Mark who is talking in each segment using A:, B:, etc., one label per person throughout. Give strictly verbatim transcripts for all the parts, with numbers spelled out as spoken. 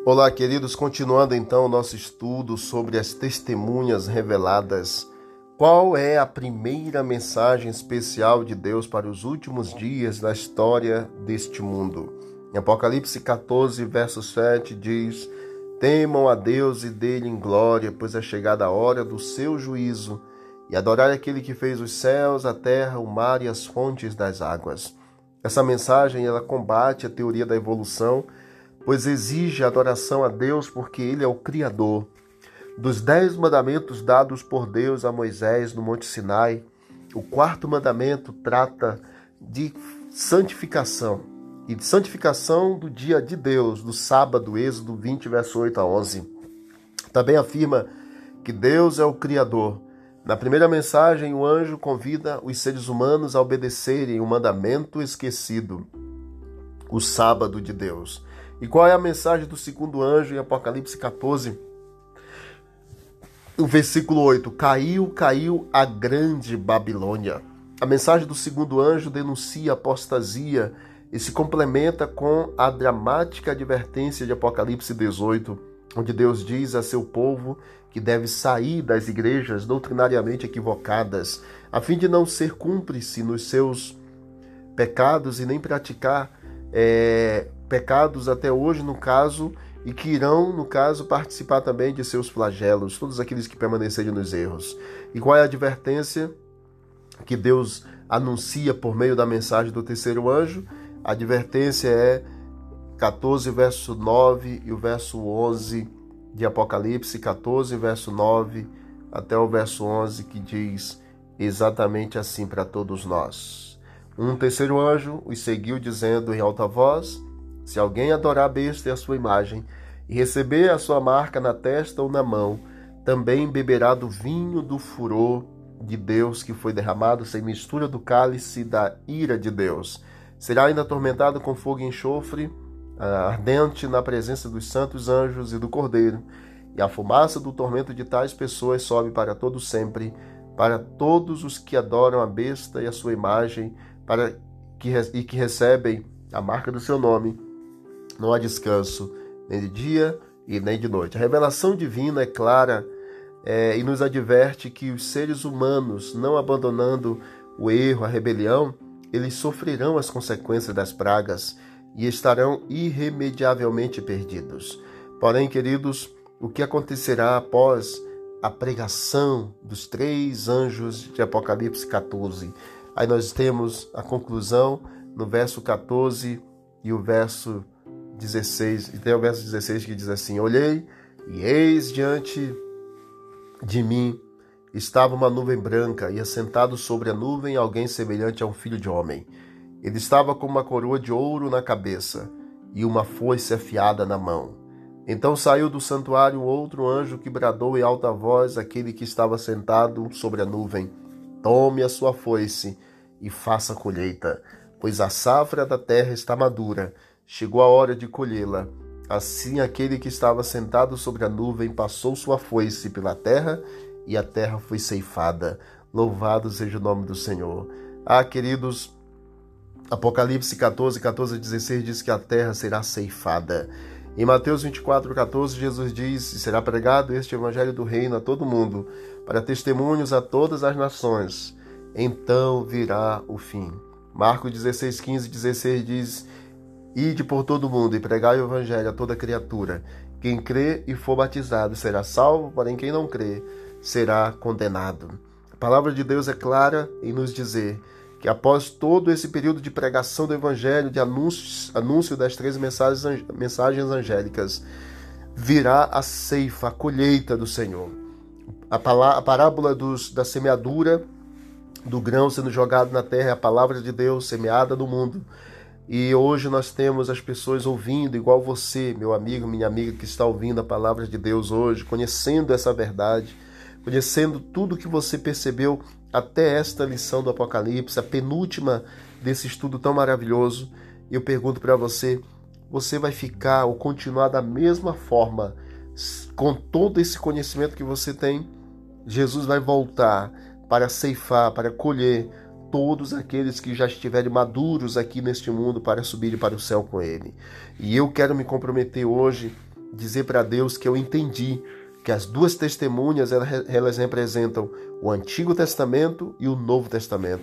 A: Olá, queridos, continuando então o nosso estudo sobre as testemunhas reveladas. Qual é a primeira mensagem especial de Deus para os últimos dias da história deste mundo? Em Apocalipse catorze, verso sete, diz: Temam a Deus e dê-lhe em glória, pois é chegada a hora do seu juízo, e adorai aquele que fez os céus, a terra, o mar e as fontes das águas. Essa mensagem ela combate a teoria da evolução, pois exige adoração a Deus porque Ele é o Criador. Dos dez mandamentos dados por Deus a Moisés no Monte Sinai, o quarto mandamento trata de santificação, e de santificação do dia de Deus, do sábado, Êxodo vinte, verso oito a onze. Também afirma que Deus é o Criador. Na primeira mensagem, o anjo convida os seres humanos a obedecerem o mandamento esquecido, o sábado de Deus. E qual é a mensagem do segundo anjo em Apocalipse catorze? O versículo oito. Caiu, caiu a grande Babilônia. A mensagem do segundo anjo denuncia a apostasia e se complementa com a dramática advertência de Apocalipse dezoito, onde Deus diz a seu povo que deve sair das igrejas doutrinariamente equivocadas, a fim de não ser cúmplice nos seus pecados e nem praticar é, pecados até hoje, no caso, e que irão, no caso, participar também de seus flagelos, todos aqueles que permanecerem nos erros. E qual é a advertência que Deus anuncia por meio da mensagem do terceiro anjo? A advertência é catorze, verso nove e o verso onze de Apocalipse, catorze, verso nove até o verso onze, que diz exatamente assim para todos nós. Um terceiro anjo os seguiu dizendo em alta voz: se alguém adorar a besta e a sua imagem, e receber a sua marca na testa ou na mão, também beberá do vinho do furor de Deus que foi derramado sem mistura do cálice da ira de Deus. Será ainda atormentado com fogo e enxofre, ardente na presença dos santos anjos e do Cordeiro, e a fumaça do tormento de tais pessoas sobe para todo sempre, para todos os que adoram a besta e a sua imagem, para que, e que recebem a marca do seu nome. Não há descanso, nem de dia e nem de noite. A revelação divina é clara é, e nos adverte que os seres humanos, não abandonando o erro, a rebelião, eles sofrerão as consequências das pragas e estarão irremediavelmente perdidos. Porém, queridos, o que acontecerá após a pregação dos três anjos de Apocalipse catorze? Aí nós temos a conclusão no verso catorze e o verso dezesseis, e tem o verso dezesseis que diz assim: Olhei, e eis diante de mim estava uma nuvem branca, e assentado sobre a nuvem alguém semelhante a um filho de homem. Ele estava com uma coroa de ouro na cabeça e uma foice afiada na mão. Então saiu do santuário outro anjo que bradou em alta voz àquele que estava sentado sobre a nuvem: Tome a sua foice e faça colheita, pois a safra da terra está madura, chegou a hora de colhê-la. Assim aquele que estava sentado sobre a nuvem passou sua foice pela terra, e a terra foi ceifada. Louvado seja o nome do Senhor. Ah, queridos, Apocalipse catorze, catorze a dezesseis diz que a terra será ceifada. Em Mateus vinte e quatro, catorze, Jesus diz: e será pregado este evangelho do reino a todo mundo, para testemunhos a todas as nações. Então virá o fim. Marcos dezesseis, quinze, dezesseis diz: Ide por todo o mundo e pregai o evangelho a toda criatura. Quem crê e for batizado será salvo, porém quem não crê será condenado. A palavra de Deus é clara em nos dizer que após todo esse período de pregação do evangelho, de anúncio, anúncio das três mensagens, mensagens angélicas, virá a ceifa, a colheita do Senhor. A, palá, a parábola dos, da semeadura, do grão sendo jogado na terra, é a palavra de Deus semeada no mundo. E hoje nós temos as pessoas ouvindo, igual você, meu amigo, minha amiga, que está ouvindo a palavra de Deus hoje, conhecendo essa verdade, conhecendo tudo que você percebeu até esta lição do Apocalipse, a penúltima desse estudo tão maravilhoso. E eu pergunto para você, você vai ficar ou continuar da mesma forma, com todo esse conhecimento que você tem? Jesus vai voltar para ceifar, para colher todos aqueles que já estiverem maduros aqui neste mundo para subirem para o céu com Ele. E eu quero me comprometer hoje dizer para Deus que eu entendi que as duas testemunhas, elas representam o Antigo Testamento e o Novo Testamento,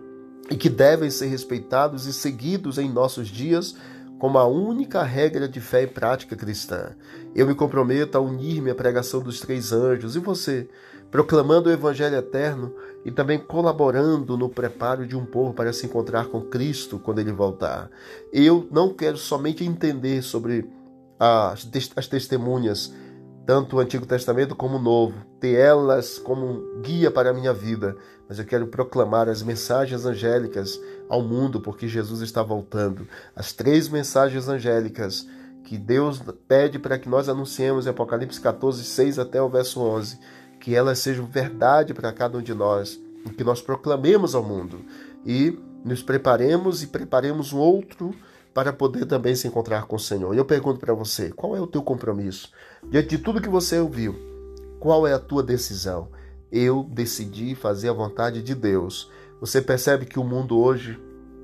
A: e que devem ser respeitados e seguidos em nossos dias como a única regra de fé e prática cristã. Eu me comprometo a unir-me à pregação dos três anjos, e você, proclamando o Evangelho eterno e também colaborando no preparo de um povo para se encontrar com Cristo quando Ele voltar. Eu não quero somente entender sobre as, as testemunhas, tanto o Antigo Testamento como o Novo, ter elas como um guia para a minha vida, mas eu quero proclamar as mensagens angélicas ao mundo, porque Jesus está voltando. As três mensagens angélicas que Deus pede para que nós anunciemos em Apocalipse catorze, seis até o verso onze, que elas sejam verdade para cada um de nós, e que nós proclamemos ao mundo, e nos preparemos e preparemos um outro para poder também se encontrar com o Senhor. E eu pergunto para você, qual é o teu compromisso? Diante de tudo que você ouviu, qual é a tua decisão? Eu decidi fazer a vontade de Deus. Você percebe que o mundo hoje,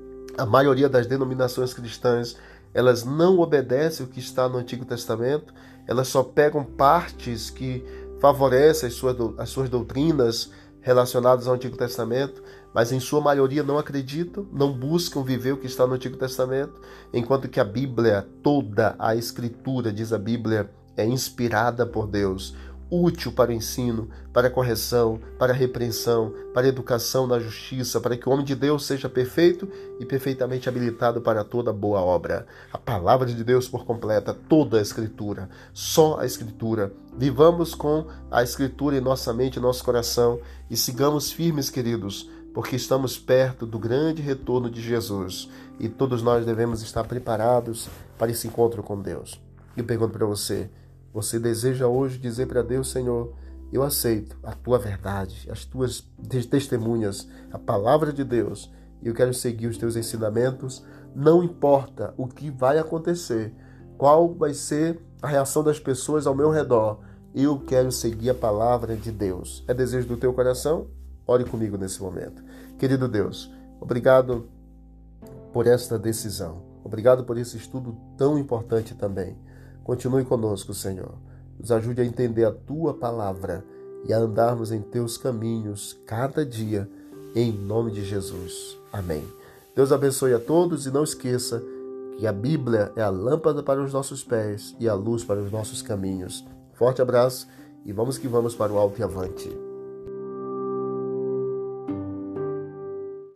A: a maioria das denominações cristãs, elas não obedecem o que está no Antigo Testamento, elas só pegam partes que favorecem as suas, as suas doutrinas relacionadas ao Antigo Testamento, mas em sua maioria não acreditam, não buscam viver o que está no Antigo Testamento, enquanto que a Bíblia, toda a Escritura, diz a Bíblia, é inspirada por Deus, útil para o ensino, para a correção, para a repreensão, para a educação na justiça, para que o homem de Deus seja perfeito e perfeitamente habilitado para toda boa obra. A palavra de Deus por completa, toda a Escritura, só a Escritura. Vivamos com a Escritura em nossa mente e nosso coração e sigamos firmes, queridos, porque estamos perto do grande retorno de Jesus e todos nós devemos estar preparados para esse encontro com Deus. Eu pergunto para você, você deseja hoje dizer para Deus, Senhor, eu aceito a tua verdade, as tuas testemunhas, a palavra de Deus, e eu quero seguir os teus ensinamentos, não importa o que vai acontecer, qual vai ser a reação das pessoas ao meu redor, eu quero seguir a palavra de Deus. É desejo do teu coração? Ore comigo nesse momento. Querido Deus, obrigado por esta decisão, obrigado por esse estudo tão importante também. Continue conosco, Senhor. Nos ajude a entender a Tua palavra e a andarmos em Teus caminhos cada dia, em nome de Jesus. Amém. Deus abençoe a todos e não esqueça que a Bíblia é a lâmpada para os nossos pés e a luz para os nossos caminhos. Forte abraço e vamos que vamos para o alto e avante.